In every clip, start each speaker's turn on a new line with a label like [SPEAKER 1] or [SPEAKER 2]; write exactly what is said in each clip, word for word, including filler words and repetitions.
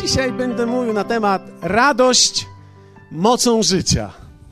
[SPEAKER 1] Dzisiaj będę mówił na temat radość mocą życia.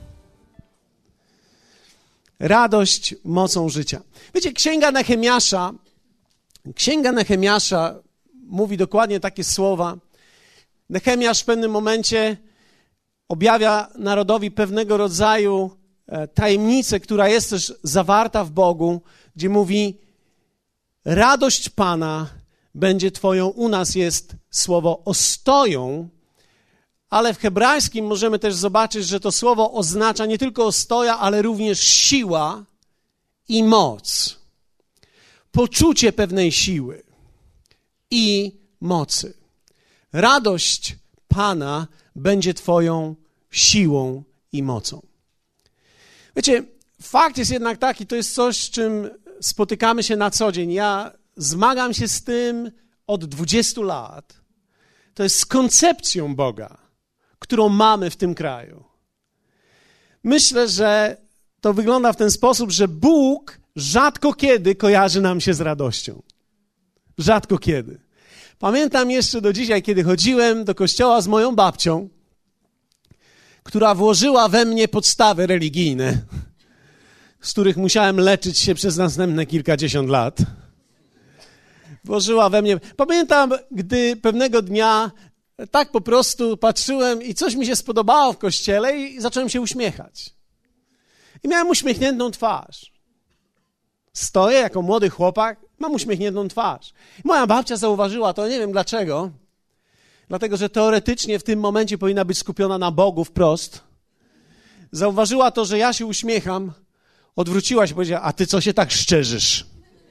[SPEAKER 1] Radość mocą życia. Wiecie, Księga Nehemiasza, Księga Nehemiasza mówi dokładnie takie słowa. Nehemiasz w pewnym momencie objawia narodowi pewnego rodzaju tajemnicę, która jest też zawarta w Bogu, gdzie mówi: radość Pana będzie Twoją. U nas jest słowo ostoją, ale w hebrajskim możemy też zobaczyć, że to słowo oznacza nie tylko ostoja, ale również siła i moc. Poczucie pewnej siły i mocy. Radość Pana będzie Twoją siłą i mocą. Wiecie, fakt jest jednak taki, to jest coś, z czym spotykamy się na co dzień. Ja zmagam się z tym od dwudziestu lat. To jest z koncepcją Boga, którą mamy w tym kraju. Myślę, że to wygląda w ten sposób, że Bóg rzadko kiedy kojarzy nam się z radością. Rzadko kiedy. Pamiętam jeszcze do dzisiaj, kiedy chodziłem do kościoła z moją babcią, która włożyła we mnie podstawy religijne, z których musiałem leczyć się przez następne kilkadziesiąt lat. Włożyła we mnie. Pamiętam, gdy pewnego dnia tak po prostu patrzyłem i coś mi się spodobało w kościele i zacząłem się uśmiechać. I miałem uśmiechniętą twarz. Stoję jako młody chłopak, mam uśmiechniętą twarz. I moja babcia zauważyła to, nie wiem dlaczego, dlatego że teoretycznie w tym momencie powinna być skupiona na Bogu wprost. Zauważyła to, że ja się uśmiecham, odwróciła się i powiedziała: a ty co się tak szczerzysz?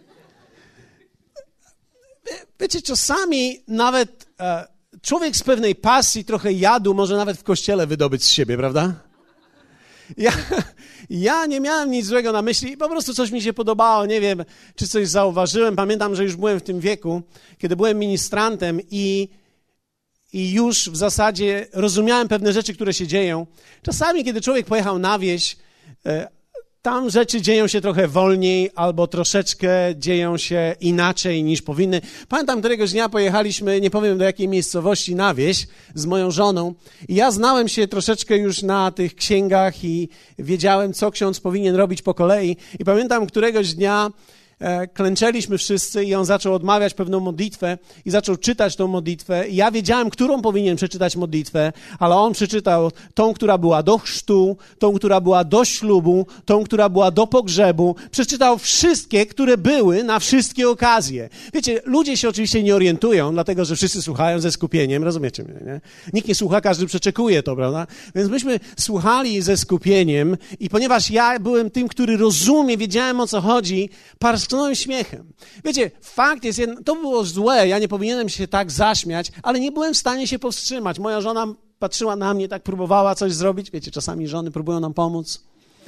[SPEAKER 1] Wiecie, czasami nawet e, człowiek z pewnej pasji, trochę jadu może nawet w kościele wydobyć z siebie, prawda? Ja, ja nie miałem nic złego na myśli, po prostu coś mi się podobało, nie wiem, czy coś zauważyłem. Pamiętam, że już byłem w tym wieku, kiedy byłem ministrantem i, i już w zasadzie rozumiałem pewne rzeczy, które się dzieją. Czasami, kiedy człowiek pojechał na wieś, e, tam rzeczy dzieją się trochę wolniej albo troszeczkę dzieją się inaczej niż powinny. Pamiętam, któregoś dnia pojechaliśmy, nie powiem do jakiej miejscowości, na wieś z moją żoną i ja znałem się troszeczkę już na tych księgach i wiedziałem, co ksiądz powinien robić po kolei. I pamiętam, któregoś dnia e, klęczeliśmy wszyscy i on zaczął odmawiać pewną modlitwę i zaczął czytać tą modlitwę. I ja wiedziałem, którą powinien przeczytać modlitwę, ale on przeczytał tą, która była do chrztu, tą, która była do ślubu, tą, która była do pogrzebu. Przeczytał wszystkie, które były na wszystkie okazje. Wiecie, ludzie się oczywiście nie orientują, dlatego że wszyscy słuchają ze skupieniem, rozumiecie mnie, nie? Nikt nie słucha, każdy przeczekuje to, prawda? Więc myśmy słuchali ze skupieniem i ponieważ ja byłem tym, który rozumie, wiedziałem, o co chodzi, parsknąłem śmiechem. Wiecie, fakt jest, to było złe, ja nie powinienem się tak zaśmiać, ale nie byłem w stanie się powstrzymać. Moja żona patrzyła na mnie, tak próbowała coś zrobić. Wiecie, czasami żony próbują nam pomóc.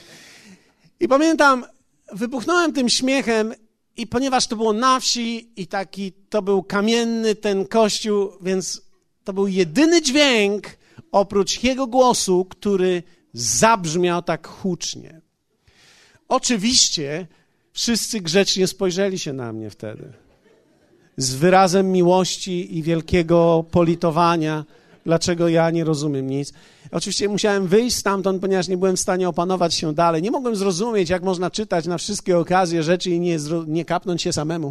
[SPEAKER 1] I pamiętam, wybuchnąłem tym śmiechem i ponieważ to było na wsi i taki, to był kamienny ten kościół, więc to był jedyny dźwięk oprócz jego głosu, który zabrzmiał tak hucznie. Oczywiście wszyscy grzecznie spojrzeli się na mnie wtedy. Z wyrazem miłości i wielkiego politowania, dlaczego ja nie rozumiem nic. Oczywiście musiałem wyjść stamtąd, ponieważ nie byłem w stanie opanować się dalej. Nie mogłem zrozumieć, jak można czytać na wszystkie okazje rzeczy i nie, nie kapnąć się samemu.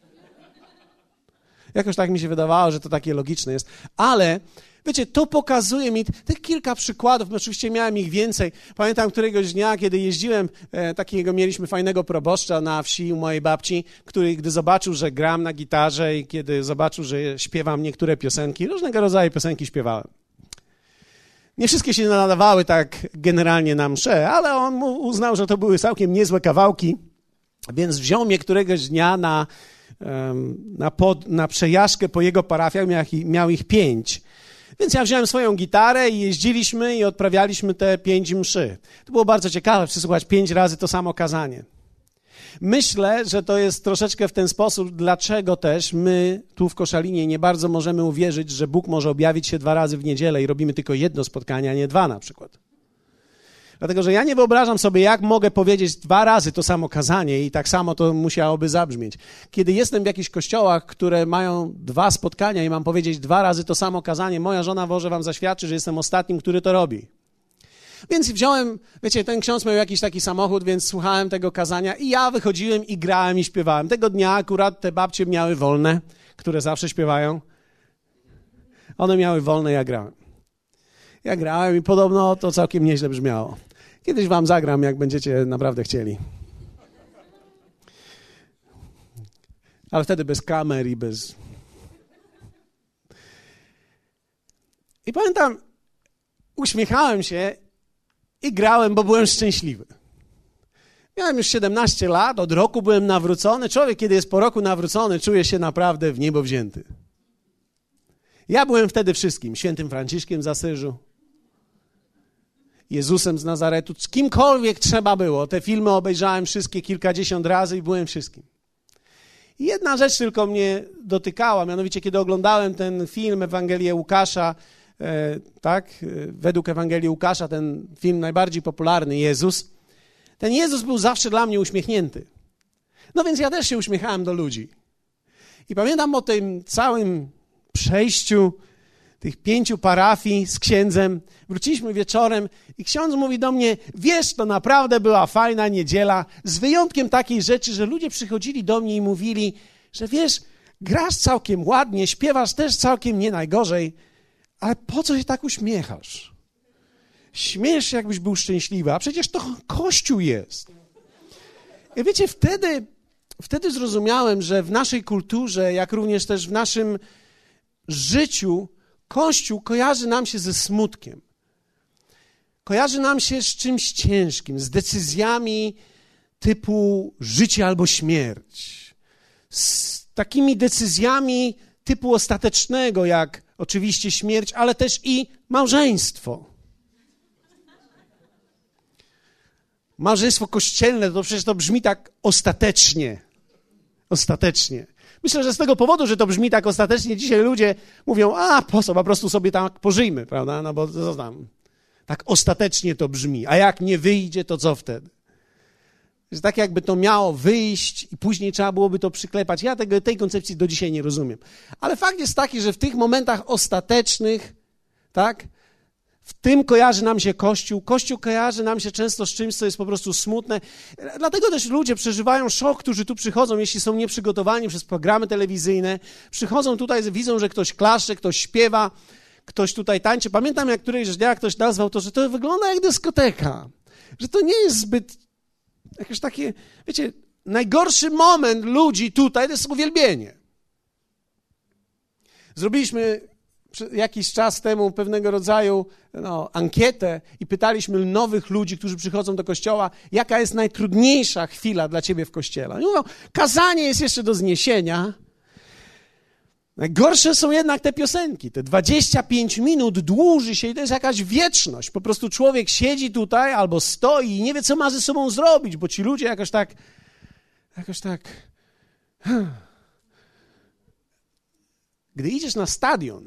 [SPEAKER 1] Jakoś tak mi się wydawało, że to takie logiczne jest. Ale wiecie, to pokazuje mi tych kilka przykładów, oczywiście miałem ich więcej. Pamiętam któregoś dnia, kiedy jeździłem, e, takiego mieliśmy fajnego proboszcza na wsi u mojej babci, który gdy zobaczył, że gram na gitarze i kiedy zobaczył, że śpiewam niektóre piosenki, różnego rodzaju piosenki śpiewałem. Nie wszystkie się nadawały tak generalnie na mszę, ale on mu uznał, że to były całkiem niezłe kawałki, więc wziął mnie któregoś dnia na, na, pod, na przejażdżkę po jego parafiach, miał, miał ich pięć. Więc ja wziąłem swoją gitarę i jeździliśmy i odprawialiśmy te pięć mszy. To było bardzo ciekawe, przesłuchać pięć razy to samo kazanie. Myślę, że to jest troszeczkę w ten sposób, dlaczego też my tu w Koszalinie nie bardzo możemy uwierzyć, że Bóg może objawić się dwa razy w niedzielę i robimy tylko jedno spotkanie, a nie dwa na przykład. Dlatego, że ja nie wyobrażam sobie, jak mogę powiedzieć dwa razy to samo kazanie i tak samo to musiałoby zabrzmieć. Kiedy jestem w jakichś kościołach, które mają dwa spotkania i mam powiedzieć dwa razy to samo kazanie, moja żona może wam zaświadczy, że jestem ostatnim, który to robi. Więc wziąłem, wiecie, ten ksiądz miał jakiś taki samochód, więc słuchałem tego kazania i ja wychodziłem i grałem i śpiewałem. Tego dnia akurat te babcie miały wolne, które zawsze śpiewają. One miały wolne, ja grałem. Ja grałem i podobno to całkiem nieźle brzmiało. Kiedyś wam zagram, jak będziecie naprawdę chcieli. Ale wtedy bez kamer i bez... I pamiętam, uśmiechałem się i grałem, bo byłem szczęśliwy. Miałem już siedemnaście lat, od roku byłem nawrócony. Człowiek, kiedy jest po roku nawrócony, czuje się naprawdę w niebo wzięty. Ja byłem wtedy wszystkim. Świętym Franciszkiem z Asyżu, Jezusem z Nazaretu, z kimkolwiek trzeba było. Te filmy obejrzałem wszystkie kilkadziesiąt razy i byłem wszystkim. I jedna rzecz tylko mnie dotykała, mianowicie kiedy oglądałem ten film Ewangelię Łukasza, e, tak, e, według Ewangelii Łukasza, ten film najbardziej popularny, Jezus, ten Jezus był zawsze dla mnie uśmiechnięty. No więc ja też się uśmiechałem do ludzi. I pamiętam o tym całym przejściu tych pięciu parafii z księdzem. Wróciliśmy wieczorem i ksiądz mówi do mnie, wiesz, to naprawdę była fajna niedziela, z wyjątkiem takiej rzeczy, że ludzie przychodzili do mnie i mówili, że wiesz, grasz całkiem ładnie, śpiewasz też całkiem nie najgorzej, ale po co się tak uśmiechasz? Śmiesz się, jakbyś był szczęśliwy, a przecież to Kościół jest. I wiecie, wtedy, wtedy zrozumiałem, że w naszej kulturze, jak również też w naszym życiu, Kościół kojarzy nam się ze smutkiem. Kojarzy nam się z czymś ciężkim, z decyzjami typu życie albo śmierć. Z takimi decyzjami typu ostatecznego, jak oczywiście śmierć, ale też i małżeństwo. Małżeństwo kościelne, to przecież to brzmi tak ostatecznie. Ostatecznie. Myślę, że z tego powodu, że to brzmi tak ostatecznie, dzisiaj ludzie mówią, a po co, po prostu sobie tak pożyjmy, prawda? No bo co tam, tak ostatecznie to brzmi. A jak nie wyjdzie, to co wtedy? Że tak jakby to miało wyjść i później trzeba byłoby to przyklepać. Ja tego, tej koncepcji do dzisiaj nie rozumiem. Ale fakt jest taki, że w tych momentach ostatecznych, tak, w tym kojarzy nam się Kościół. Kościół kojarzy nam się często z czymś, co jest po prostu smutne. Dlatego też ludzie przeżywają szok, którzy tu przychodzą, jeśli są nieprzygotowani przez programy telewizyjne. Przychodzą tutaj, widzą, że ktoś klaszcze, ktoś śpiewa, ktoś tutaj tańczy. Pamiętam, jak którejś dnia ktoś nazwał to, że to wygląda jak dyskoteka. Że to nie jest zbyt jakieś takie, wiecie, najgorszy moment ludzi tutaj to jest uwielbienie. Zrobiliśmy jakiś czas temu pewnego rodzaju no, ankietę i pytaliśmy nowych ludzi, którzy przychodzą do kościoła, jaka jest najtrudniejsza chwila dla ciebie w kościele. Oni mówią, kazanie jest jeszcze do zniesienia. Najgorsze są jednak te piosenki. Te dwadzieścia pięć minut dłuży się i to jest jakaś wieczność. Po prostu człowiek siedzi tutaj albo stoi i nie wie, co ma ze sobą zrobić, bo ci ludzie jakoś tak, jakoś tak... Gdy idziesz na stadion,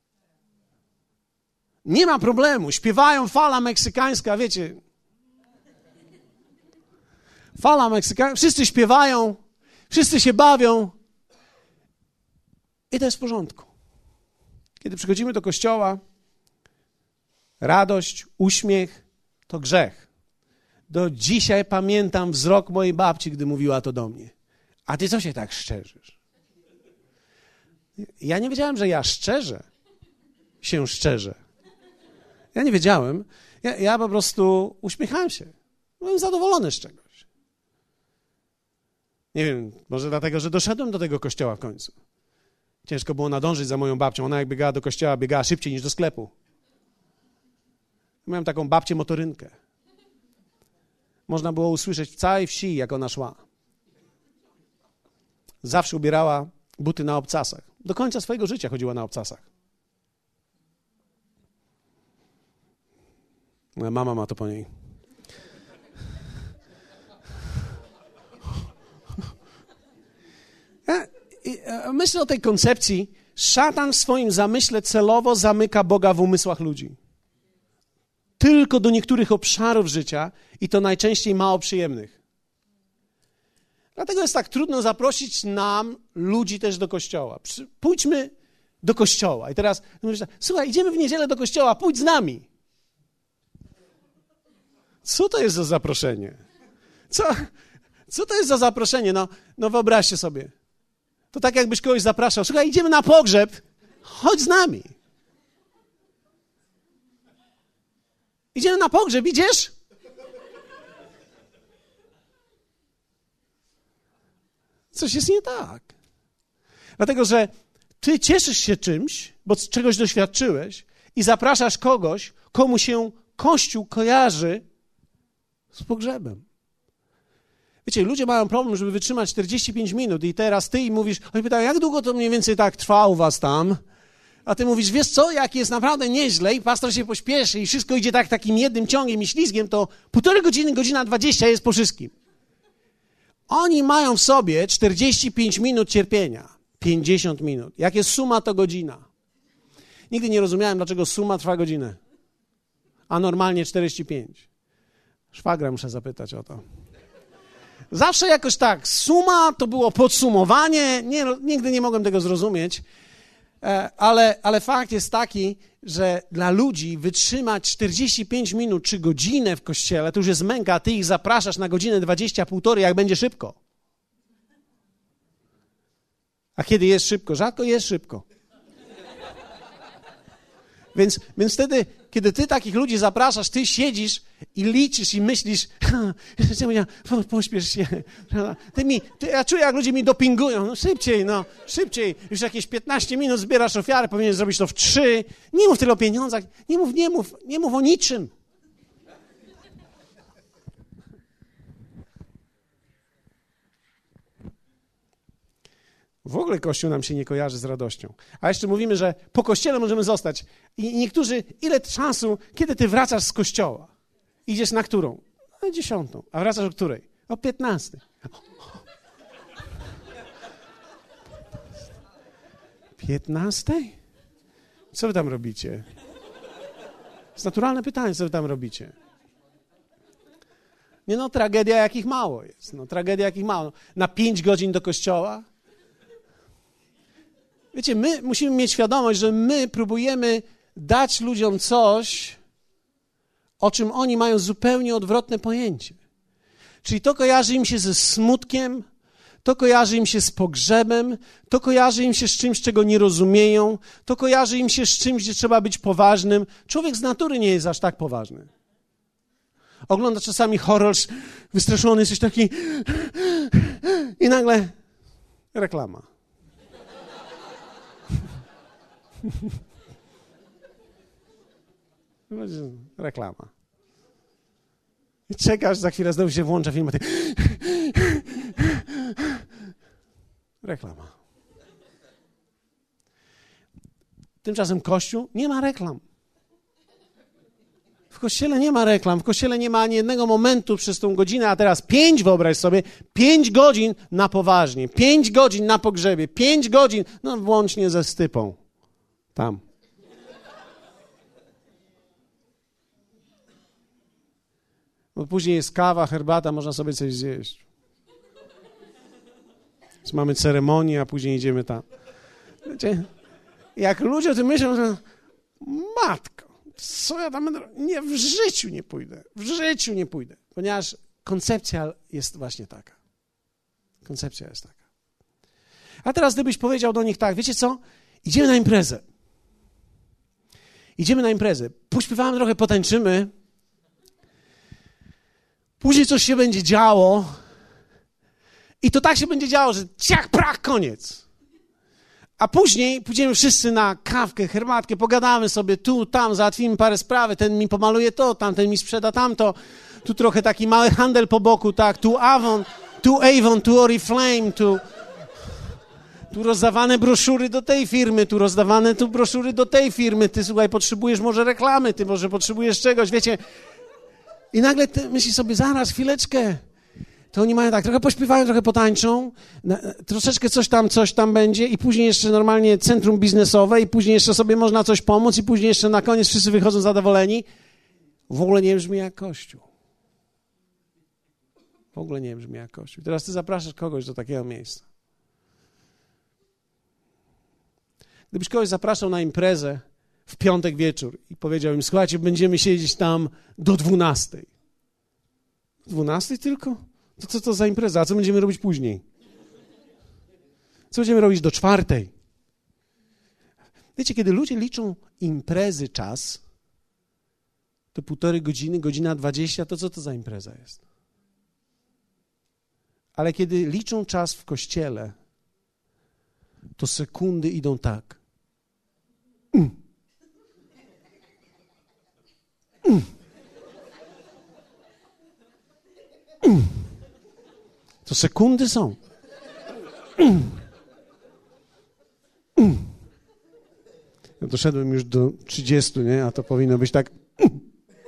[SPEAKER 1] nie ma problemu, śpiewają fala meksykańska, wiecie. Fala meksykańska, wszyscy śpiewają, wszyscy się bawią i to jest w porządku. Kiedy przychodzimy do kościoła, radość, uśmiech to grzech. Do dzisiaj pamiętam wzrok mojej babci, gdy mówiła to do mnie. A ty co się tak szczerzysz? Ja nie wiedziałem, że ja szczerze się szczerzę. Ja nie wiedziałem. Ja, ja po prostu uśmiechałem się. Byłem zadowolony z czegoś. Nie wiem, może dlatego, że doszedłem do tego kościoła w końcu. Ciężko było nadążyć za moją babcią. Ona jak biegała do kościoła, biegała szybciej niż do sklepu. Miałem taką babcię motorynkę. Można było usłyszeć w całej wsi, jak ona szła. Zawsze ubierała buty na obcasach. Do końca swojego życia chodziła na obcasach. Moja mama ma to po niej. Ja, myślę o tej koncepcji. Szatan w swoim zamyśle celowo zamyka Boga w umysłach ludzi. tylko do niektórych obszarów życia i to najczęściej mało przyjemnych. Dlatego jest tak trudno zaprosić nam, ludzi też do kościoła. Pójdźmy do kościoła. I teraz mówisz tak, słuchaj, idziemy w niedzielę do kościoła, pójdź z nami. Co to jest za zaproszenie? Co, co to jest za zaproszenie? No, no wyobraźcie sobie. To tak jakbyś kogoś zapraszał. Słuchaj, idziemy na pogrzeb, chodź z nami. Idziemy na pogrzeb, idziesz? Coś jest nie tak. Dlatego, że ty cieszysz się czymś, bo czegoś doświadczyłeś i zapraszasz kogoś, komu się Kościół kojarzy z pogrzebem. Wiecie, ludzie mają problem, żeby wytrzymać czterdzieści pięć minut i teraz ty im mówisz, oni pytają, jak długo to mniej więcej tak trwa u was tam? A ty mówisz, wiesz co, jak jest naprawdę nieźle i pastor się pośpieszy i wszystko idzie tak takim jednym ciągiem i ślizgiem, to półtorej godziny, godzina dwadzieścia jest po wszystkim. Oni mają w sobie czterdzieści pięć minut cierpienia, pięćdziesiąt minut. Jak jest suma, to godzina. Nigdy nie rozumiałem, dlaczego suma trwa godzinę, a normalnie czterdzieści pięć. Szwagra muszę zapytać o to. Zawsze jakoś tak, suma to było podsumowanie, nie, nigdy nie mogłem tego zrozumieć, ale, ale fakt jest taki, że dla ludzi wytrzymać czterdzieści pięć minut czy godzinę w kościele, to już jest męka, a ty ich zapraszasz na godzinę dwadzieścia, półtorej, jak będzie szybko. A kiedy jest szybko? Rzadko jest szybko. Więc, więc wtedy, kiedy ty takich ludzi zapraszasz, ty siedzisz i liczysz i myślisz, po, pośpiesz się. Ty mi, ty, ja czuję, jak ludzie mi dopingują. No szybciej, no, szybciej. Już jakieś piętnaście minut zbierasz ofiarę, powinien zrobić to w trzy. Nie mów tyle o pieniądzach. Nie mów, nie mów, nie mów o niczym. W ogóle Kościół nam się nie kojarzy z radością. A jeszcze mówimy, że po Kościele możemy zostać. I niektórzy, ile czasu, kiedy ty wracasz z Kościoła? Idziesz na którą? Na dziesiątą. A wracasz o której? O piętnastej. Piętnastej? Co wy tam robicie? To jest naturalne pytanie, co wy tam robicie? Nie no, tragedia jakich mało jest. No, tragedia jakich mało. Na pięć godzin do Kościoła? Wiecie, my musimy mieć świadomość, że my próbujemy dać ludziom coś, o czym oni mają zupełnie odwrotne pojęcie. Czyli to kojarzy im się ze smutkiem, to kojarzy im się z pogrzebem, to kojarzy im się z czymś, czego nie rozumieją, to kojarzy im się z czymś, gdzie trzeba być poważnym. Człowiek z natury nie jest aż tak poważny. Ogląda czasami horror, wystraszony, jesteś taki i nagle reklama. Reklama. I czekasz, za chwilę znowu się włącza film, a ty... Reklama. Tymczasem Kościół nie ma reklam. W Kościele nie ma reklam, w Kościele nie ma ani jednego momentu przez tą godzinę, a teraz pięć, wyobraź sobie, pięć godzin na poważnie, pięć godzin na pogrzebie, pięć godzin, no włącznie ze stypą. Tam. Bo później jest kawa, herbata, można sobie coś zjeść. Więc mamy ceremonię, a później idziemy tam. Wiecie, jak ludzie o tym myślą, że matko, co ja tam będę robił? Nie, w życiu nie pójdę. W życiu nie pójdę. Ponieważ koncepcja jest właśnie taka. Koncepcja jest taka. A teraz gdybyś powiedział do nich tak, wiecie co? Idziemy na imprezę. Idziemy na imprezę. Pośpiewamy trochę, potańczymy. Później coś się będzie działo. I to tak się będzie działo, że ciach, prach, koniec. A później pójdziemy wszyscy na kawkę, herbatkę, pogadamy sobie tu, tam, załatwimy parę spraw, ten mi pomaluje to, tamten mi sprzeda tamto, tu trochę taki mały handel po boku, tak, tu Avon, tu Avon, tu Oriflame, tu, tu rozdawane broszury do tej firmy, tu rozdawane tu broszury do tej firmy, ty słuchaj, potrzebujesz może reklamy, ty może potrzebujesz czegoś, wiecie. I nagle ty myślisz sobie, zaraz, chwileczkę, to oni mają tak, trochę pośpiewają, trochę potańczą, na, troszeczkę coś tam, coś tam będzie i później jeszcze normalnie centrum biznesowe i później jeszcze sobie można coś pomóc i później jeszcze na koniec wszyscy wychodzą zadowoleni. w ogóle nie brzmi jak Kościół. W ogóle nie brzmi jak Kościół. Teraz ty zapraszasz kogoś do takiego miejsca. Gdybyś kogoś zapraszał na imprezę w piątek wieczór i powiedział im, słuchajcie, będziemy siedzieć tam do dwunastej. dwunastej tylko? To co to za impreza? A co będziemy robić później? Co będziemy robić do czwartej? Wiecie, kiedy ludzie liczą imprezy czas, to półtorej godziny, godzina dwadzieścia, to co to za impreza jest? Ale kiedy liczą czas w kościele, to sekundy idą tak. Mm. Mm. Mm. To sekundy są. Mm. Mm. Ja doszedłem już do trzydziestu, nie? A to powinno być tak. Mm.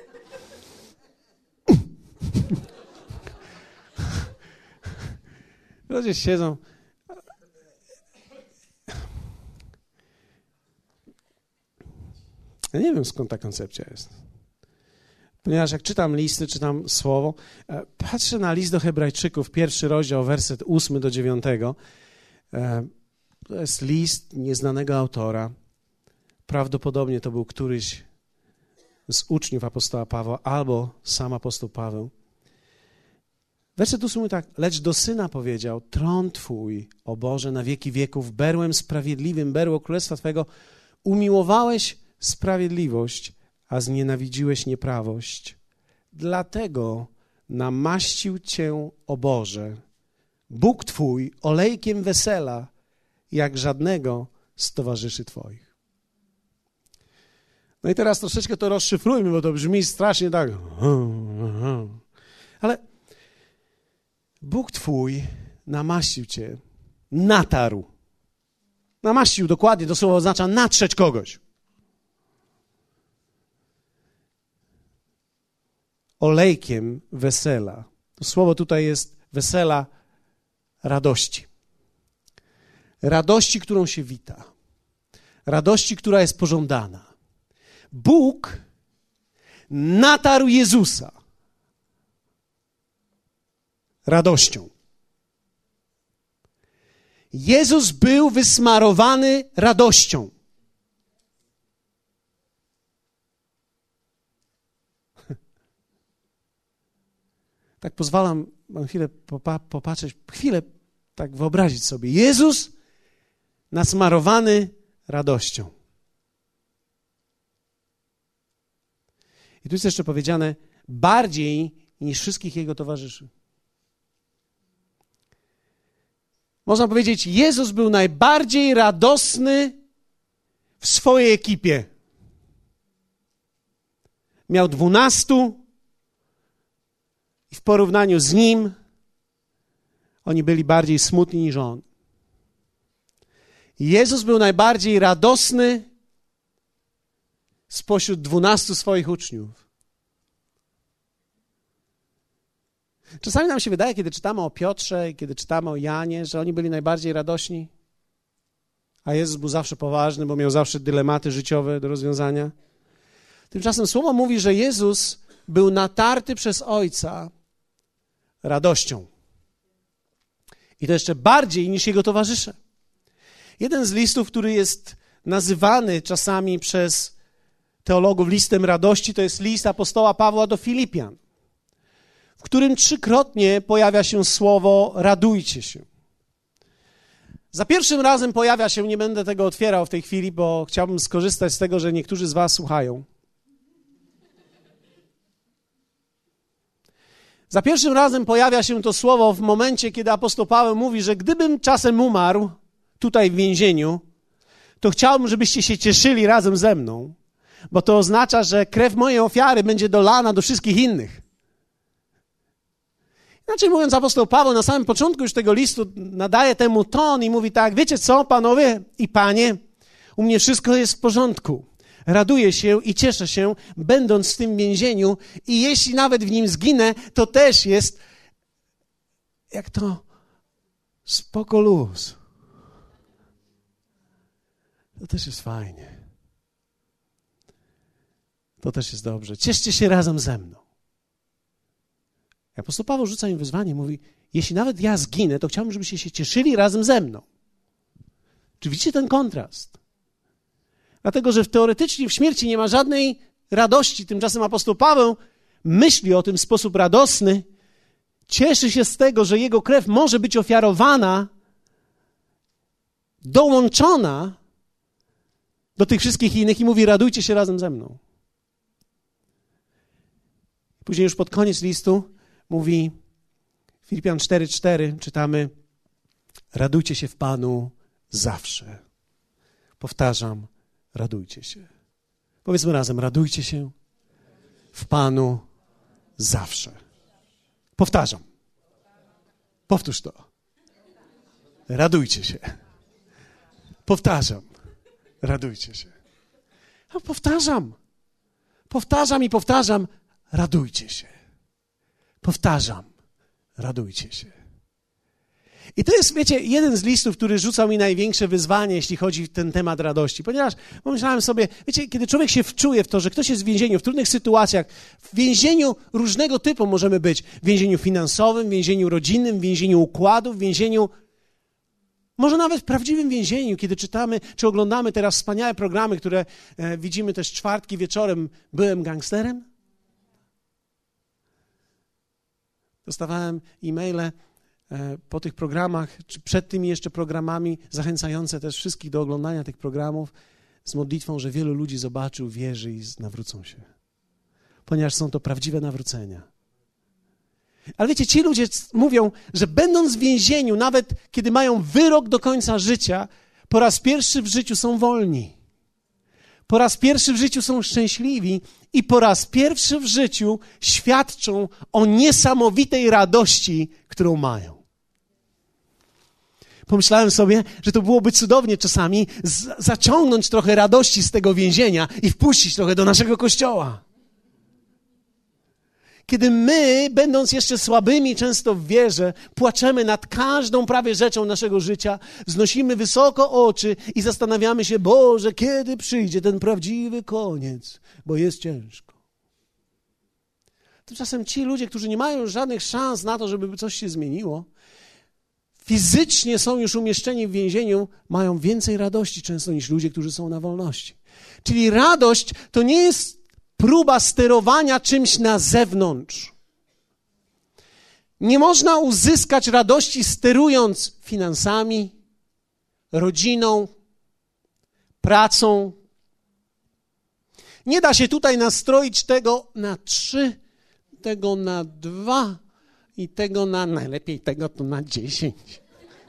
[SPEAKER 1] Ludzie siedzą. Ja nie wiem, skąd ta koncepcja jest. Ponieważ jak czytam listy, czytam słowo, patrzę na list do Hebrajczyków, pierwszy rozdział, werset ósmy do dziewiątego. To jest list nieznanego autora. Prawdopodobnie to był któryś z uczniów apostoła Pawła albo sam apostoł Paweł. Werset ósmy mówi tak, lecz do Syna powiedział, tron Twój, o Boże, na wieki wieków, berłem sprawiedliwym, berło Królestwa Twego, umiłowałeś sprawiedliwość, a znienawidziłeś nieprawość. Dlatego namaścił Cię, o Boże, Bóg Twój, olejkiem wesela, jak żadnego z towarzyszy Twoich. No i teraz troszeczkę to rozszyfrujmy, bo to brzmi strasznie tak. Ale Bóg Twój namaścił Cię, natarł. Namaścił dokładnie, to słowo oznacza natrzeć kogoś. Olejkiem wesela. To słowo tutaj jest wesela radości. Radości, którą się wita. Radości, która jest pożądana. Bóg natarł Jezusa radością. Jezus był wysmarowany radością. Tak pozwalam mam chwilę popa- popatrzeć, chwilę tak wyobrazić sobie. Jezus nasmarowany radością. I tu jest jeszcze powiedziane, bardziej niż wszystkich Jego towarzyszy. Można powiedzieć, Jezus był najbardziej radosny w swojej ekipie. Miał dwunastu i w porównaniu z Nim oni byli bardziej smutni niż On. Jezus był najbardziej radosny spośród dwunastu swoich uczniów. Czasami nam się wydaje, kiedy czytamy o Piotrze i kiedy czytamy o Janie, że oni byli najbardziej radośni, a Jezus był zawsze poważny, bo miał zawsze dylematy życiowe do rozwiązania. Tymczasem Słowo mówi, że Jezus był natarty przez Ojca radością. I to jeszcze bardziej niż Jego towarzysze. Jeden z listów, który jest nazywany czasami przez teologów listem radości, to jest list apostoła Pawła do Filipian, w którym trzykrotnie pojawia się słowo radujcie się. Za pierwszym razem pojawia się, nie będę tego otwierał w tej chwili, bo chciałbym skorzystać z tego, że niektórzy z was słuchają. Za pierwszym razem pojawia się to słowo w momencie, kiedy apostoł Paweł mówi, że gdybym czasem umarł tutaj w więzieniu, to chciałbym, żebyście się cieszyli razem ze mną, bo to oznacza, że krew mojej ofiary będzie dolana do wszystkich innych. Inaczej mówiąc, apostoł Paweł na samym początku już tego listu nadaje temu ton i mówi tak, wiecie co, panowie i panie, u mnie wszystko jest w porządku. Raduję się i cieszę się, będąc w tym więzieniu i jeśli nawet w nim zginę, to też jest, jak to, spoko luz. To też jest fajnie. To też jest dobrze. Cieszcie się razem ze mną. Apostoł Paweł rzuca im wyzwanie, mówi, jeśli nawet ja zginę, to chciałbym, żebyście się cieszyli razem ze mną. Czy widzicie ten kontrast? Dlatego, że teoretycznie w śmierci nie ma żadnej radości. Tymczasem apostoł Paweł myśli o tym w sposób radosny, cieszy się z tego, że jego krew może być ofiarowana, dołączona do tych wszystkich innych i mówi, radujcie się razem ze mną. Później już pod koniec listu mówi, Filipian cztery cztery, czytamy, radujcie się w Panu zawsze. Powtarzam, radujcie się. Powiedzmy razem, radujcie się w Panu zawsze. Powtarzam. Powtórz to. Radujcie się. Powtarzam. Radujcie się. A powtarzam. Powtarzam i powtarzam. Radujcie się. Powtarzam. Radujcie się. I to jest, wiecie, jeden z listów, który rzucał mi największe wyzwanie, jeśli chodzi o ten temat radości. Ponieważ pomyślałem sobie, wiecie, kiedy człowiek się wczuje w to, że ktoś jest w więzieniu, w trudnych sytuacjach, w więzieniu różnego typu możemy być. W więzieniu finansowym, w więzieniu rodzinnym, w więzieniu układów, w więzieniu, może nawet w prawdziwym więzieniu, kiedy czytamy, czy oglądamy teraz wspaniałe programy, które e, widzimy też czwartki wieczorem. Byłem gangsterem? Dostawałem e-maile po tych programach, czy przed tymi jeszcze programami, zachęcające też wszystkich do oglądania tych programów z modlitwą, że wielu ludzi zobaczy, uwierzy i nawrócą się. Ponieważ są to prawdziwe nawrócenia. Ale wiecie, ci ludzie mówią, że będąc w więzieniu, nawet kiedy mają wyrok do końca życia, po raz pierwszy w życiu są wolni. Po raz pierwszy w życiu są szczęśliwi i po raz pierwszy w życiu świadczą o niesamowitej radości, którą mają. Pomyślałem sobie, że to byłoby cudownie czasami z- zaciągnąć trochę radości z tego więzienia i wpuścić trochę do naszego kościoła. Kiedy my, będąc jeszcze słabymi często w wierze, płaczemy nad każdą prawie rzeczą naszego życia, wznosimy wysoko oczy i zastanawiamy się, Boże, kiedy przyjdzie ten prawdziwy koniec, bo jest ciężko. Tymczasem ci ludzie, którzy nie mają żadnych szans na to, żeby coś się zmieniło, fizycznie są już umieszczeni w więzieniu, mają więcej radości często niż ludzie, którzy są na wolności. Czyli radość to nie jest próba sterowania czymś na zewnątrz. Nie można uzyskać radości sterując finansami, rodziną, pracą. Nie da się tutaj nastroić tego na trzy, tego na dwa i tego na, najlepiej tego to na dziesięć.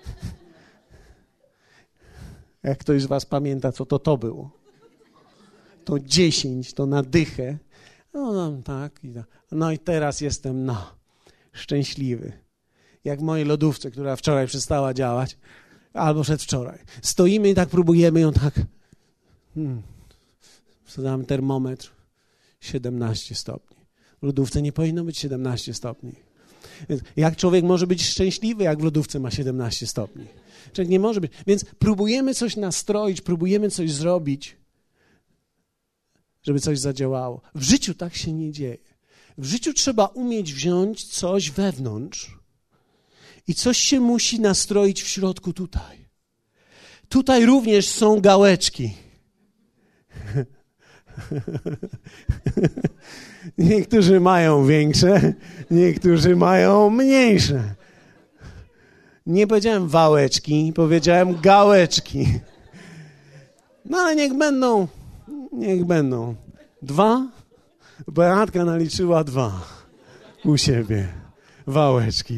[SPEAKER 1] Jak ktoś z was pamięta, co to to było. To dziesięć, to na dychę. No, no tak. No i teraz jestem, no, szczęśliwy. Jak w mojej lodówce, która wczoraj przestała działać, albo przedwczoraj. Stoimy i tak próbujemy ją tak. Hmm, wsadzamy termometr. siedemnaście stopni. W lodówce nie powinno być siedemnaście stopni. Więc jak człowiek może być szczęśliwy, jak w lodówce ma siedemnaście stopni? Człowiek nie może być. Więc próbujemy coś nastroić, próbujemy coś zrobić, żeby coś zadziałało. W życiu tak się nie dzieje. W życiu trzeba umieć wziąć coś wewnątrz i coś się musi nastroić w środku tutaj. Tutaj również są gałeczki. Niektórzy mają większe, niektórzy mają mniejsze. Nie powiedziałem wałeczki, powiedziałem gałeczki. No ale niech będą, niech będą. Dwa? Beatka naliczyła dwa u siebie. Wałeczki.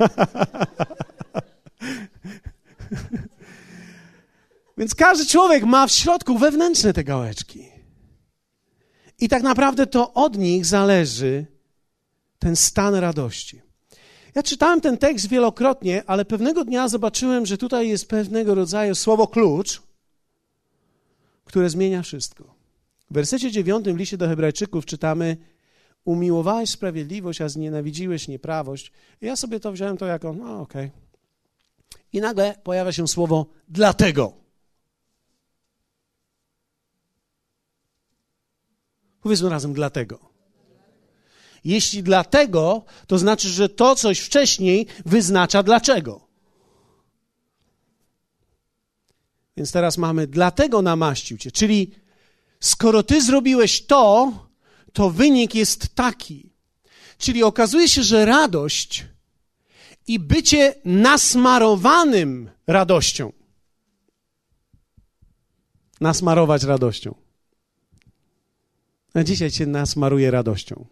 [SPEAKER 1] Więc każdy człowiek ma w środku wewnętrzne te gałeczki. I tak naprawdę to od nich zależy ten stan radości. Ja czytałem ten tekst wielokrotnie, ale pewnego dnia zobaczyłem, że tutaj jest pewnego rodzaju słowo klucz, które zmienia wszystko. W wersecie dziewiątym w liście do Hebrajczyków czytamy: umiłowałeś sprawiedliwość, a znienawidziłeś nieprawość. I ja sobie to wziąłem to jako, no okej. Okay. I nagle pojawia się słowo dlatego. Powiedzmy razem, dlatego. Jeśli dlatego, to znaczy, że to coś wcześniej wyznacza dlaczego. Więc teraz mamy dlatego namaścił cię. Czyli skoro ty zrobiłeś to, to wynik jest taki. Czyli okazuje się, że radość i bycie nasmarowanym radością. Nasmarować radością. A dzisiaj cię nasmaruje radością.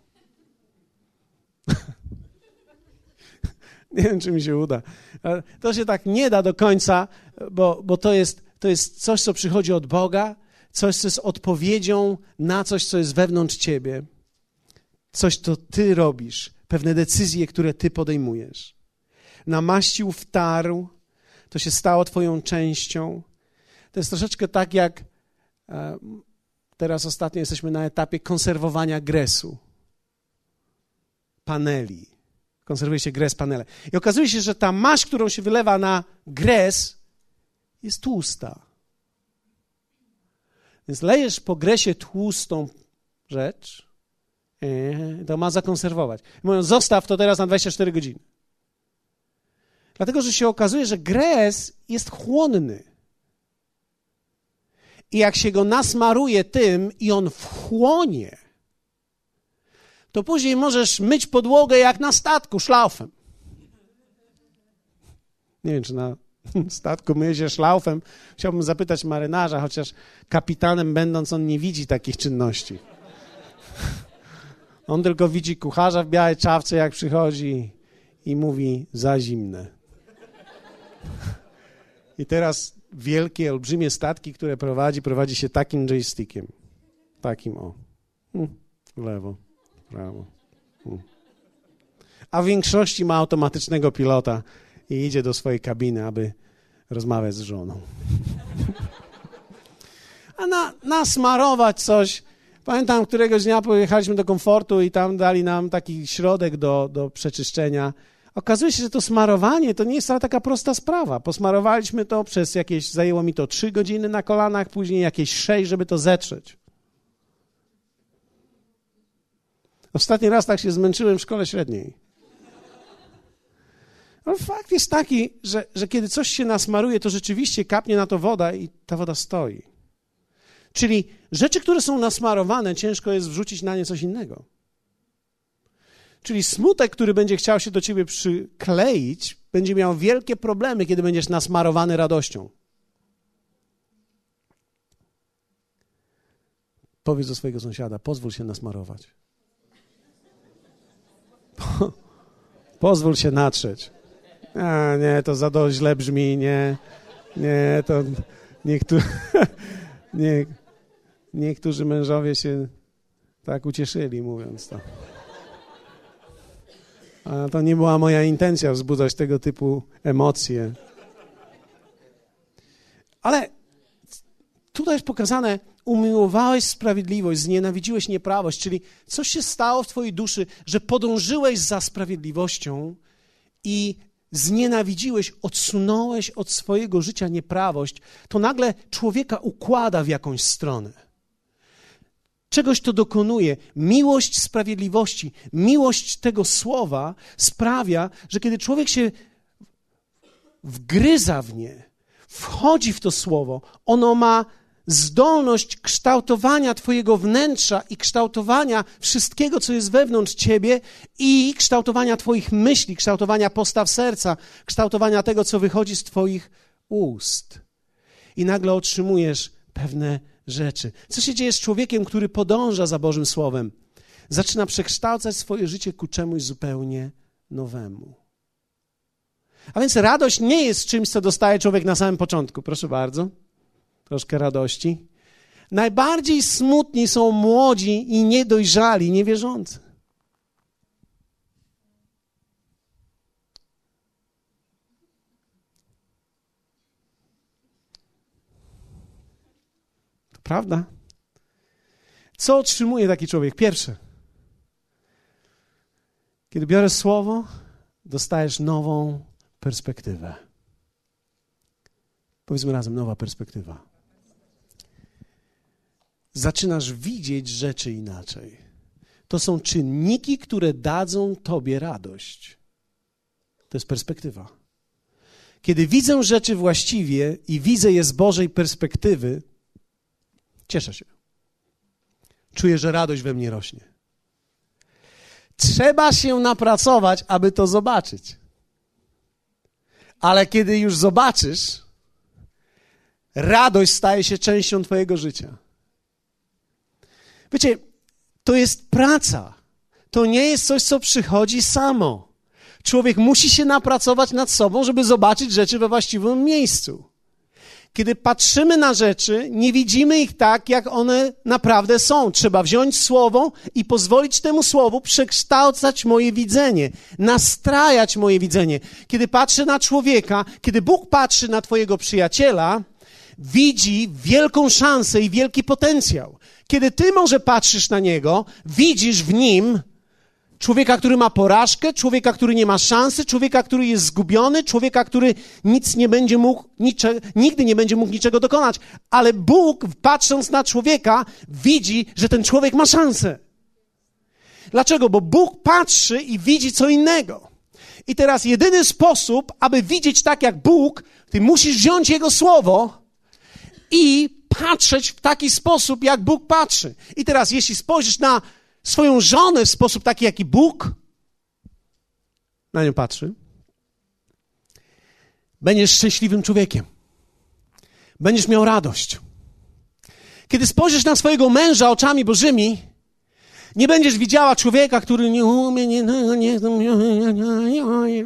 [SPEAKER 1] Nie wiem, czy mi się uda. To się tak nie da do końca, bo, bo to jest, to jest coś, co przychodzi od Boga, coś, co jest odpowiedzią na coś, co jest wewnątrz ciebie. Coś, co ty robisz, pewne decyzje, które ty podejmujesz. Namaścił, wtarł, to się stało twoją częścią. To jest troszeczkę tak, jak e, teraz ostatnio jesteśmy na etapie konserwowania gresu. Paneli. Konserwuje się gres, panele. I okazuje się, że ta maść, którą się wylewa na gres, jest tłusta. Więc lejesz po gresie tłustą rzecz, to ma zakonserwować. Mówią, zostaw to teraz na dwadzieścia cztery godziny. Dlatego, że się okazuje, że gres jest chłonny. I jak się go nasmaruje tym i on wchłonie, to później możesz myć podłogę jak na statku szlaufem. Nie wiem, czy na statku myje się szlaufem. Chciałbym zapytać marynarza, chociaż kapitanem będąc on nie widzi takich czynności. On tylko widzi kucharza w białej czapce, jak przychodzi i mówi za zimne. I teraz wielkie, olbrzymie statki, które prowadzi, prowadzi się takim joystickiem. Takim o. W lewo, w prawo. A w większości ma automatycznego pilota i idzie do swojej kabiny, aby rozmawiać z żoną. A na, nasmarować coś. Pamiętam, któregoś dnia pojechaliśmy do Komfortu i tam dali nam taki środek do, do przeczyszczenia. Okazuje się, że to smarowanie to nie jest wcale taka prosta sprawa. Posmarowaliśmy to przez jakieś, zajęło mi to trzy godziny na kolanach, później jakieś sześć, żeby to zetrzeć. Ostatni raz tak się zmęczyłem w szkole średniej. No, fakt jest taki, że, że kiedy coś się nasmaruje, to rzeczywiście kapnie na to woda i ta woda stoi. Czyli rzeczy, które są nasmarowane, ciężko jest wrzucić na nie coś innego. Czyli smutek, który będzie chciał się do ciebie przykleić, będzie miał wielkie problemy, kiedy będziesz nasmarowany radością. Powiedz do swojego sąsiada, pozwól się nasmarować. Po, pozwól się natrzeć. A nie, to za do źle brzmi, nie, nie, to niektórzy, nie, niektórzy mężowie się tak ucieszyli, mówiąc to. A to nie była moja intencja wzbudzać tego typu emocje. Ale tutaj jest pokazane, umiłowałeś sprawiedliwość, znienawidziłeś nieprawość, czyli coś się stało w twojej duszy, że podążyłeś za sprawiedliwością i znienawidziłeś, odsunąłeś od swojego życia nieprawość, to nagle człowieka układa w jakąś stronę. Czegoś to dokonuje. Miłość sprawiedliwości, miłość tego słowa sprawia, że kiedy człowiek się wgryza w nie, wchodzi w to słowo, ono ma zdolność kształtowania twojego wnętrza i kształtowania wszystkiego, co jest wewnątrz ciebie i kształtowania twoich myśli, kształtowania postaw serca, kształtowania tego, co wychodzi z twoich ust. I nagle otrzymujesz pewne rzeczy. Co się dzieje z człowiekiem, który podąża za Bożym Słowem? Zaczyna przekształcać swoje życie ku czemuś zupełnie nowemu. A więc radość nie jest czymś, co dostaje człowiek na samym początku. Proszę bardzo. Troszkę radości. Najbardziej smutni są młodzi i niedojrzali, niewierzący. To prawda? Co otrzymuje taki człowiek? Pierwsze. Kiedy biorę słowo, dostajesz nową perspektywę. Powiedzmy razem, nowa perspektywa. zaczynasz widzieć rzeczy inaczej. To są czynniki, które dadzą tobie radość. To jest perspektywa. Kiedy widzę rzeczy właściwie i widzę je z Bożej perspektywy, cieszę się. Czuję, że radość we mnie rośnie. Trzeba się napracować, aby to zobaczyć. Ale kiedy już zobaczysz, radość staje się częścią twojego życia. Wiecie, to jest praca. To nie jest coś, co przychodzi samo. Człowiek musi się napracować nad sobą, żeby zobaczyć rzeczy we właściwym miejscu. Kiedy patrzymy na rzeczy, nie widzimy ich tak, jak one naprawdę są. Trzeba wziąć słowo i pozwolić temu słowu przekształcać moje widzenie, nastrajać moje widzenie. Kiedy patrzę na człowieka, kiedy Bóg patrzy na twojego przyjaciela, widzi wielką szansę i wielki potencjał. Kiedy ty może patrzysz na niego, widzisz w nim człowieka, który ma porażkę, człowieka, który nie ma szansy, człowieka, który jest zgubiony, człowieka, który nic nie będzie mógł, nicze, nigdy nie będzie mógł niczego dokonać. Ale Bóg, patrząc na człowieka, widzi, że ten człowiek ma szansę. Dlaczego? Bo Bóg patrzy i widzi co innego. I teraz jedyny sposób, aby widzieć tak jak Bóg, ty musisz wziąć Jego słowo i patrzeć w taki sposób, jak Bóg patrzy. I teraz, jeśli spojrzysz na swoją żonę w sposób taki, jaki Bóg na nią patrzy, będziesz szczęśliwym człowiekiem. Będziesz miał radość. Kiedy spojrzysz na swojego męża oczami Bożymi, nie będziesz widziała człowieka, który nie umie, nie, nie, nie,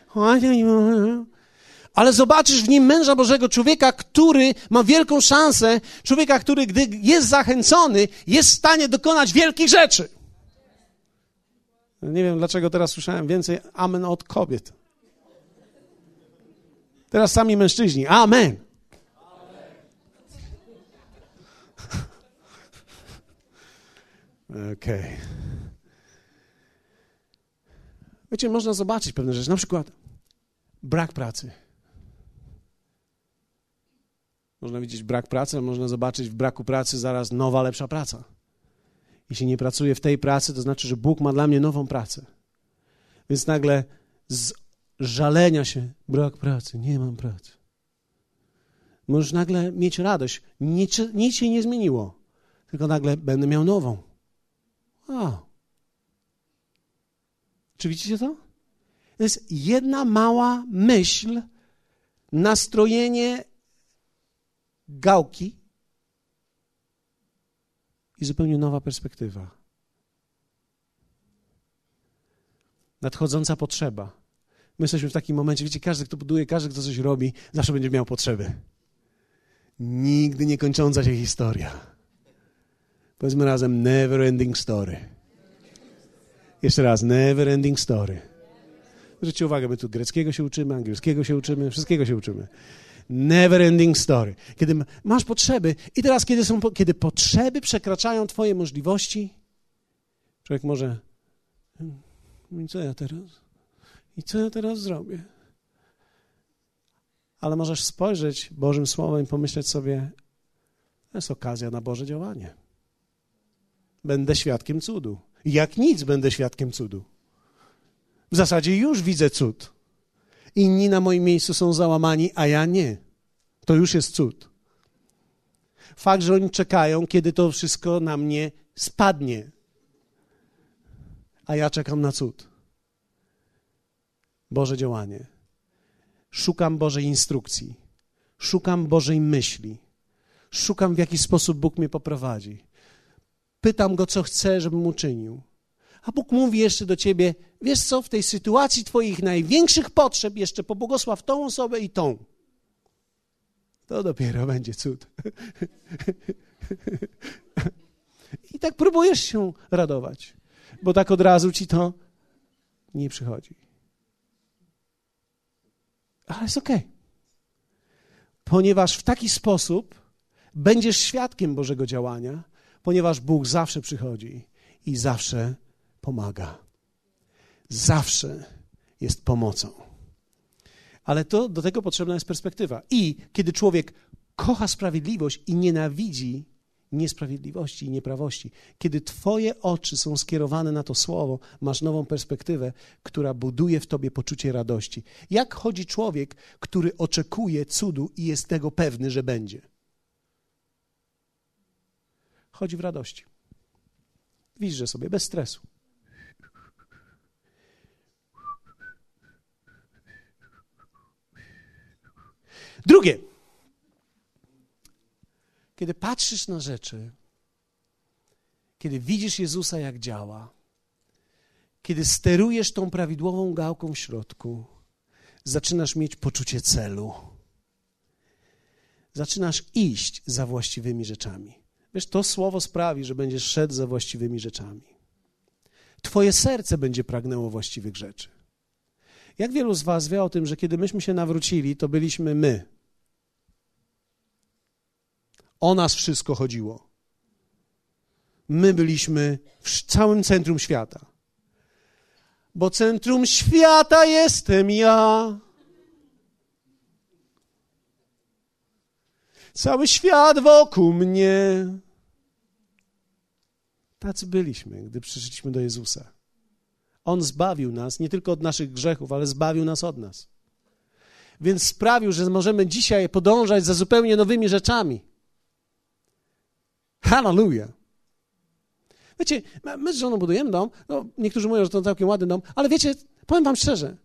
[SPEAKER 1] ale zobaczysz w nim męża Bożego, człowieka, który ma wielką szansę, człowieka, który, gdy jest zachęcony, jest w stanie dokonać wielkich rzeczy. Nie wiem, dlaczego teraz słyszałem więcej amen od kobiet. Teraz sami mężczyźni. Amen. Okej. Okay. Wiecie, można zobaczyć pewne rzeczy. Na przykład brak pracy. Można widzieć brak pracy, a można zobaczyć w braku pracy zaraz nowa, lepsza praca. Jeśli nie pracuję w tej pracy, to znaczy, że Bóg ma dla mnie nową pracę. Więc nagle z żalenia się, brak pracy, nie mam pracy. Możesz nagle mieć radość. Nic, nic się nie zmieniło, tylko nagle będę miał nową. O. Czy widzicie to? To jest jedna mała myśl, nastrojenie gałki i zupełnie nowa perspektywa. Nadchodząca potrzeba. My jesteśmy w takim momencie, wiecie, każdy, kto buduje, każdy, kto coś robi, zawsze będzie miał potrzeby. Nigdy nie kończąca się historia. Powiedzmy razem, never ending story. Jeszcze raz, never ending story. Zwróćcie uwagę, my tu greckiego się uczymy, angielskiego się uczymy, wszystkiego się uczymy. Never ending story. Kiedy masz potrzeby i teraz, kiedy, są, kiedy potrzeby przekraczają twoje możliwości, człowiek może i co ja teraz? I co ja teraz zrobię? Ale możesz spojrzeć Bożym Słowem i pomyśleć sobie, to jest okazja na Boże działanie. Będę świadkiem cudu. Jak nic będę świadkiem cudu. W zasadzie już widzę cud. Inni na moim miejscu są załamani, a ja nie. To już jest cud. Fakt, że oni czekają, kiedy to wszystko na mnie spadnie. A ja czekam na cud. Boże działanie. Szukam Bożej instrukcji. Szukam Bożej myśli. Szukam, w jaki sposób Bóg mnie poprowadzi. Pytam Go, co chce, żebym uczynił. A Bóg mówi jeszcze do ciebie, wiesz co, w tej sytuacji twoich największych potrzeb jeszcze pobłogosław tą osobę i tą. To dopiero będzie cud. I tak próbujesz się radować, bo tak od razu ci to nie przychodzi. Ale jest okej. Okay. Ponieważ w taki sposób będziesz świadkiem Bożego działania, ponieważ Bóg zawsze przychodzi i zawsze pomaga. Zawsze jest pomocą. Ale to do tego potrzebna jest perspektywa. I kiedy człowiek kocha sprawiedliwość i nienawidzi niesprawiedliwości i nieprawości. Kiedy twoje oczy są skierowane na to słowo, masz nową perspektywę, która buduje w tobie poczucie radości. Jak chodzi człowiek, który oczekuje cudu i jest tego pewny, że będzie? Chodzi w radości. Widzisz sobie, bez stresu. Drugie. Kiedy patrzysz na rzeczy, kiedy widzisz Jezusa, jak działa, kiedy sterujesz tą prawidłową gałką w środku, zaczynasz mieć poczucie celu. Zaczynasz iść za właściwymi rzeczami. Wiesz, to słowo sprawi, że będziesz szedł za właściwymi rzeczami. Twoje serce będzie pragnęło właściwych rzeczy. Jak wielu z was wie o tym, że kiedy myśmy się nawrócili, to byliśmy my. O nas wszystko chodziło. My byliśmy w całym centrum świata. Bo centrum świata jestem ja. Cały świat wokół mnie. Tacy byliśmy, gdy przyszliśmy do Jezusa. On zbawił nas nie tylko od naszych grzechów, ale zbawił nas od nas. Więc sprawił, że możemy dzisiaj podążać za zupełnie nowymi rzeczami. Hallelujah. Wiecie, my z żoną budujemy dom, no, niektórzy mówią, że to całkiem ładny dom, ale wiecie, powiem wam szczerze,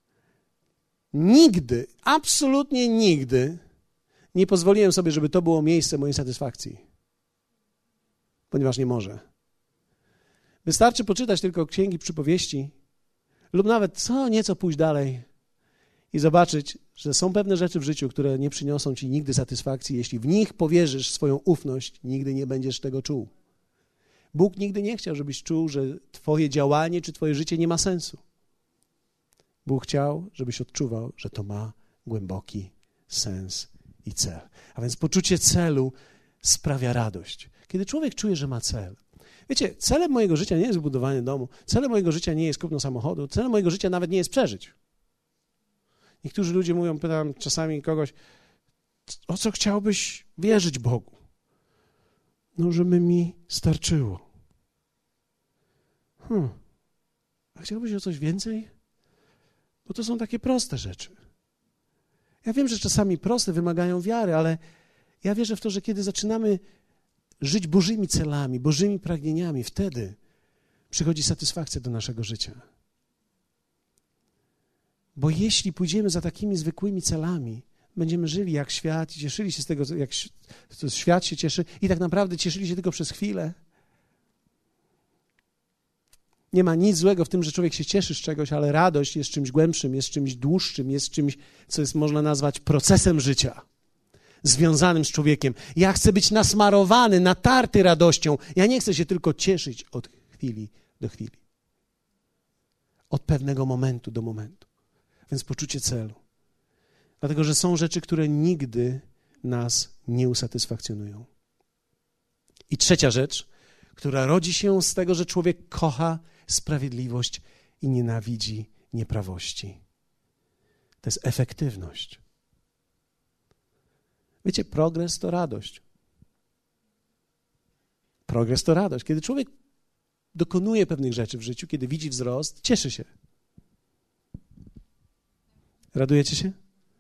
[SPEAKER 1] nigdy, absolutnie nigdy nie pozwoliłem sobie, żeby to było miejsce mojej satysfakcji, ponieważ nie może. Wystarczy poczytać tylko księgi przypowieści lub nawet co nieco pójść dalej i zobaczyć, że są pewne rzeczy w życiu, które nie przyniosą ci nigdy satysfakcji. Jeśli w nich powierzysz swoją ufność, nigdy nie będziesz tego czuł. Bóg nigdy nie chciał, żebyś czuł, że twoje działanie czy twoje życie nie ma sensu. Bóg chciał, żebyś odczuwał, że to ma głęboki sens i cel. A więc poczucie celu sprawia radość. Kiedy człowiek czuje, że ma cel. Wiecie, celem mojego życia nie jest budowanie domu, celem mojego życia nie jest kupno samochodu, celem mojego życia nawet nie jest przeżyć. Niektórzy ludzie mówią, pytam czasami kogoś, o co chciałbyś wierzyć Bogu? No, żeby mi starczyło. Hmm. A chciałbyś o coś więcej? Bo to są takie proste rzeczy. Ja wiem, że czasami proste wymagają wiary, ale ja wierzę w to, że kiedy zaczynamy żyć Bożymi celami, Bożymi pragnieniami, wtedy przychodzi satysfakcja do naszego życia. Bo jeśli pójdziemy za takimi zwykłymi celami, będziemy żyli jak świat i cieszyli się z tego, jak świat się cieszy i tak naprawdę cieszyli się tylko przez chwilę. Nie ma nic złego w tym, że człowiek się cieszy z czegoś, ale radość jest czymś głębszym, jest czymś dłuższym, jest czymś, co jest można nazwać procesem życia, związanym z człowiekiem. Ja chcę być nasmarowany, natarty radością. Ja nie chcę się tylko cieszyć od chwili do chwili. Od pewnego momentu do momentu. Więc poczucie celu. Dlatego, że są rzeczy, które nigdy nas nie usatysfakcjonują. I trzecia rzecz, która rodzi się z tego, że człowiek kocha sprawiedliwość i nienawidzi nieprawości. To jest efektywność. Wiecie, progres to radość. Progres to radość. Kiedy człowiek dokonuje pewnych rzeczy w życiu, kiedy widzi wzrost, cieszy się. Radujecie się?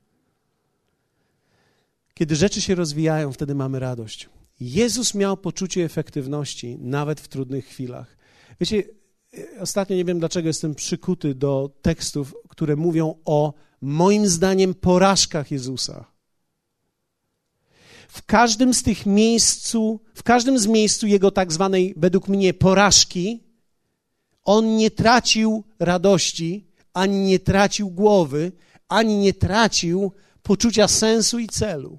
[SPEAKER 1] Kiedy rzeczy się rozwijają, wtedy mamy radość. Jezus miał poczucie efektywności nawet w trudnych chwilach. Wiecie, ostatnio nie wiem, dlaczego jestem przykuty do tekstów, które mówią o, moim zdaniem, porażkach Jezusa. W każdym z tych miejscu, w każdym z miejscu jego tak zwanej, według mnie, porażki, on nie tracił radości, ani nie tracił głowy, ani nie tracił poczucia sensu i celu.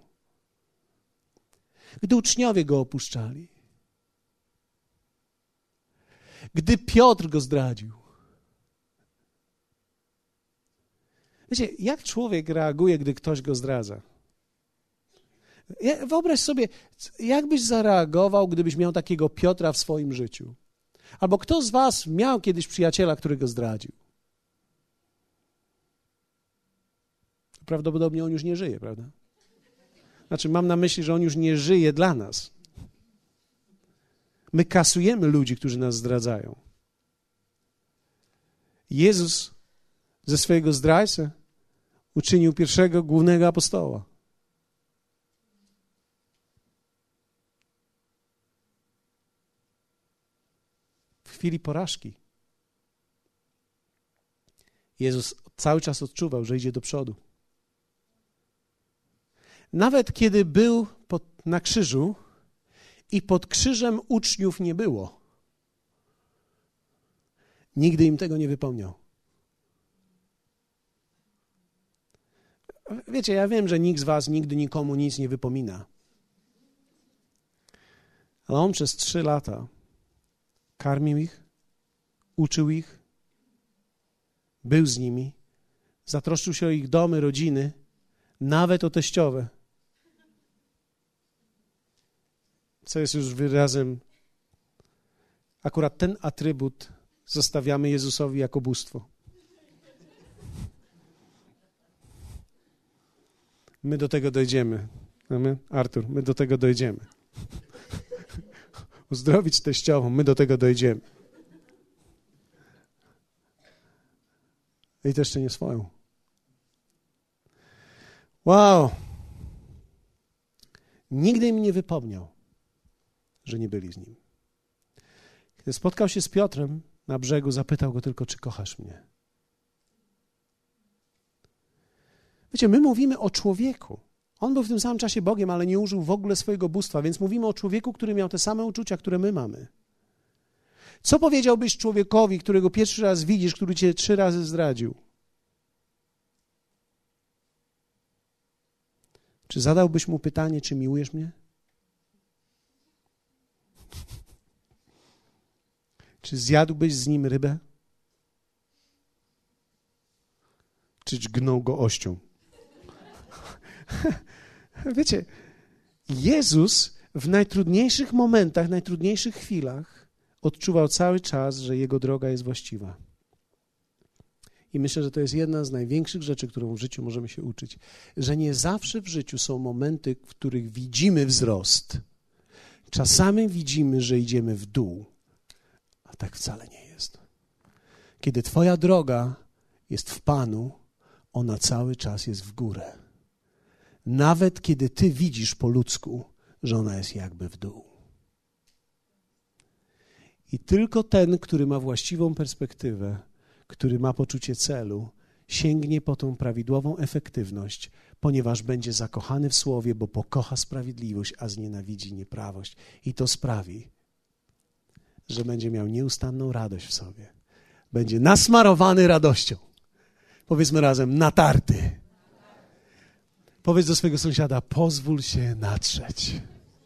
[SPEAKER 1] Gdy uczniowie go opuszczali, gdy Piotr go zdradził. Wiecie, jak człowiek reaguje, gdy ktoś go zdradza? Wyobraź sobie, jak byś zareagował, gdybyś miał takiego Piotra w swoim życiu? Albo kto z was miał kiedyś przyjaciela, który go zdradził? Prawdopodobnie on już nie żyje, prawda? Znaczy, mam na myśli, że on już nie żyje dla nas. My kasujemy ludzi, którzy nas zdradzają. Jezus ze swojego zdrajcy uczynił pierwszego głównego apostoła. W chwili porażki Jezus cały czas odczuwał, że idzie do przodu. Nawet kiedy był pod, na krzyżu i pod krzyżem uczniów nie było, nigdy im tego nie wypomniał. Wiecie, ja wiem, że nikt z was nigdy nikomu nic nie wypomina. Ale on przez trzy lata karmił ich, uczył ich, był z nimi, zatroszczył się o ich domy, rodziny, nawet o teściowe. Co jest już wyrazem, akurat ten atrybut zostawiamy Jezusowi jako bóstwo. My do tego dojdziemy. Amen? Artur, my do tego dojdziemy. Uzdrowić teściową, my do tego dojdziemy. I to jeszcze nie swoją. Wow. Nigdy im nie wypomniał, że nie byli z nim. Kiedy spotkał się z Piotrem na brzegu, zapytał go tylko, czy kochasz mnie. Wiecie, my mówimy o człowieku. On był w tym samym czasie Bogiem, ale nie użył w ogóle swojego bóstwa, więc mówimy o człowieku, który miał te same uczucia, które my mamy. Co powiedziałbyś człowiekowi, którego pierwszy raz widzisz, który cię trzy razy zdradził? Czy zadałbyś mu pytanie, czy miłujesz mnie? Czy zjadłbyś z nim rybę? Czy dźgnął go ością? Wiecie, Jezus w najtrudniejszych momentach, najtrudniejszych chwilach odczuwał cały czas, że Jego droga jest właściwa. I myślę, że to jest jedna z największych rzeczy, którą w życiu możemy się uczyć. Że nie zawsze w życiu są momenty, w których widzimy wzrost. Czasami widzimy, że idziemy w dół, a tak wcale nie jest. Kiedy Twoja droga jest w Panu, ona cały czas jest w górę. Nawet kiedy Ty widzisz po ludzku, że ona jest jakby w dół. I tylko ten, który ma właściwą perspektywę, który ma poczucie celu, sięgnie po tą prawidłową efektywność, ponieważ będzie zakochany w Słowie, bo pokocha sprawiedliwość, a znienawidzi nieprawość. I to sprawi, że będzie miał nieustanną radość w sobie. Będzie nasmarowany radością. Powiedzmy razem, natarty. Powiedz do swojego sąsiada, pozwól się natrzeć.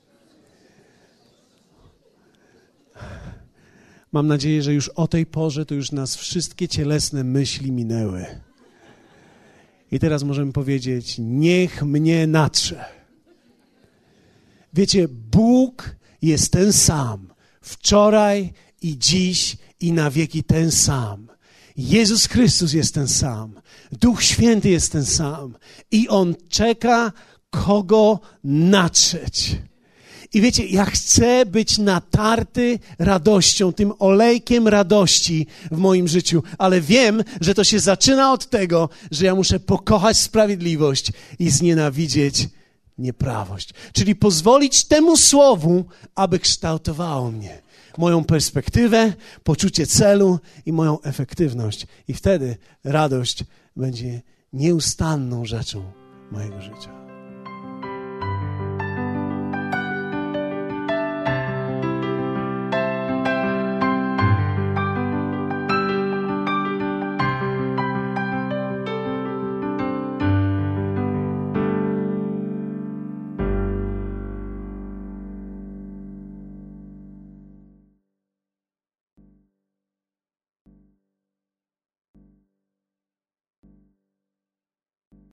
[SPEAKER 1] Mam nadzieję, że już o tej porze to już nas wszystkie cielesne myśli minęły. I teraz możemy powiedzieć, niech mnie natrze. Wiecie, Bóg jest ten sam. Wczoraj i dziś i na wieki ten sam. Jezus Chrystus jest ten sam. Duch Święty jest ten sam. I On czeka, kogo natrzeć. I wiecie, ja chcę być natarty radością, tym olejkiem radości w moim życiu, ale wiem, że to się zaczyna od tego, że ja muszę pokochać sprawiedliwość i znienawidzieć nieprawość. Czyli pozwolić temu słowu, aby kształtowało mnie. Moją perspektywę, poczucie celu i moją efektywność. I wtedy radość będzie nieustanną rzeczą mojego życia.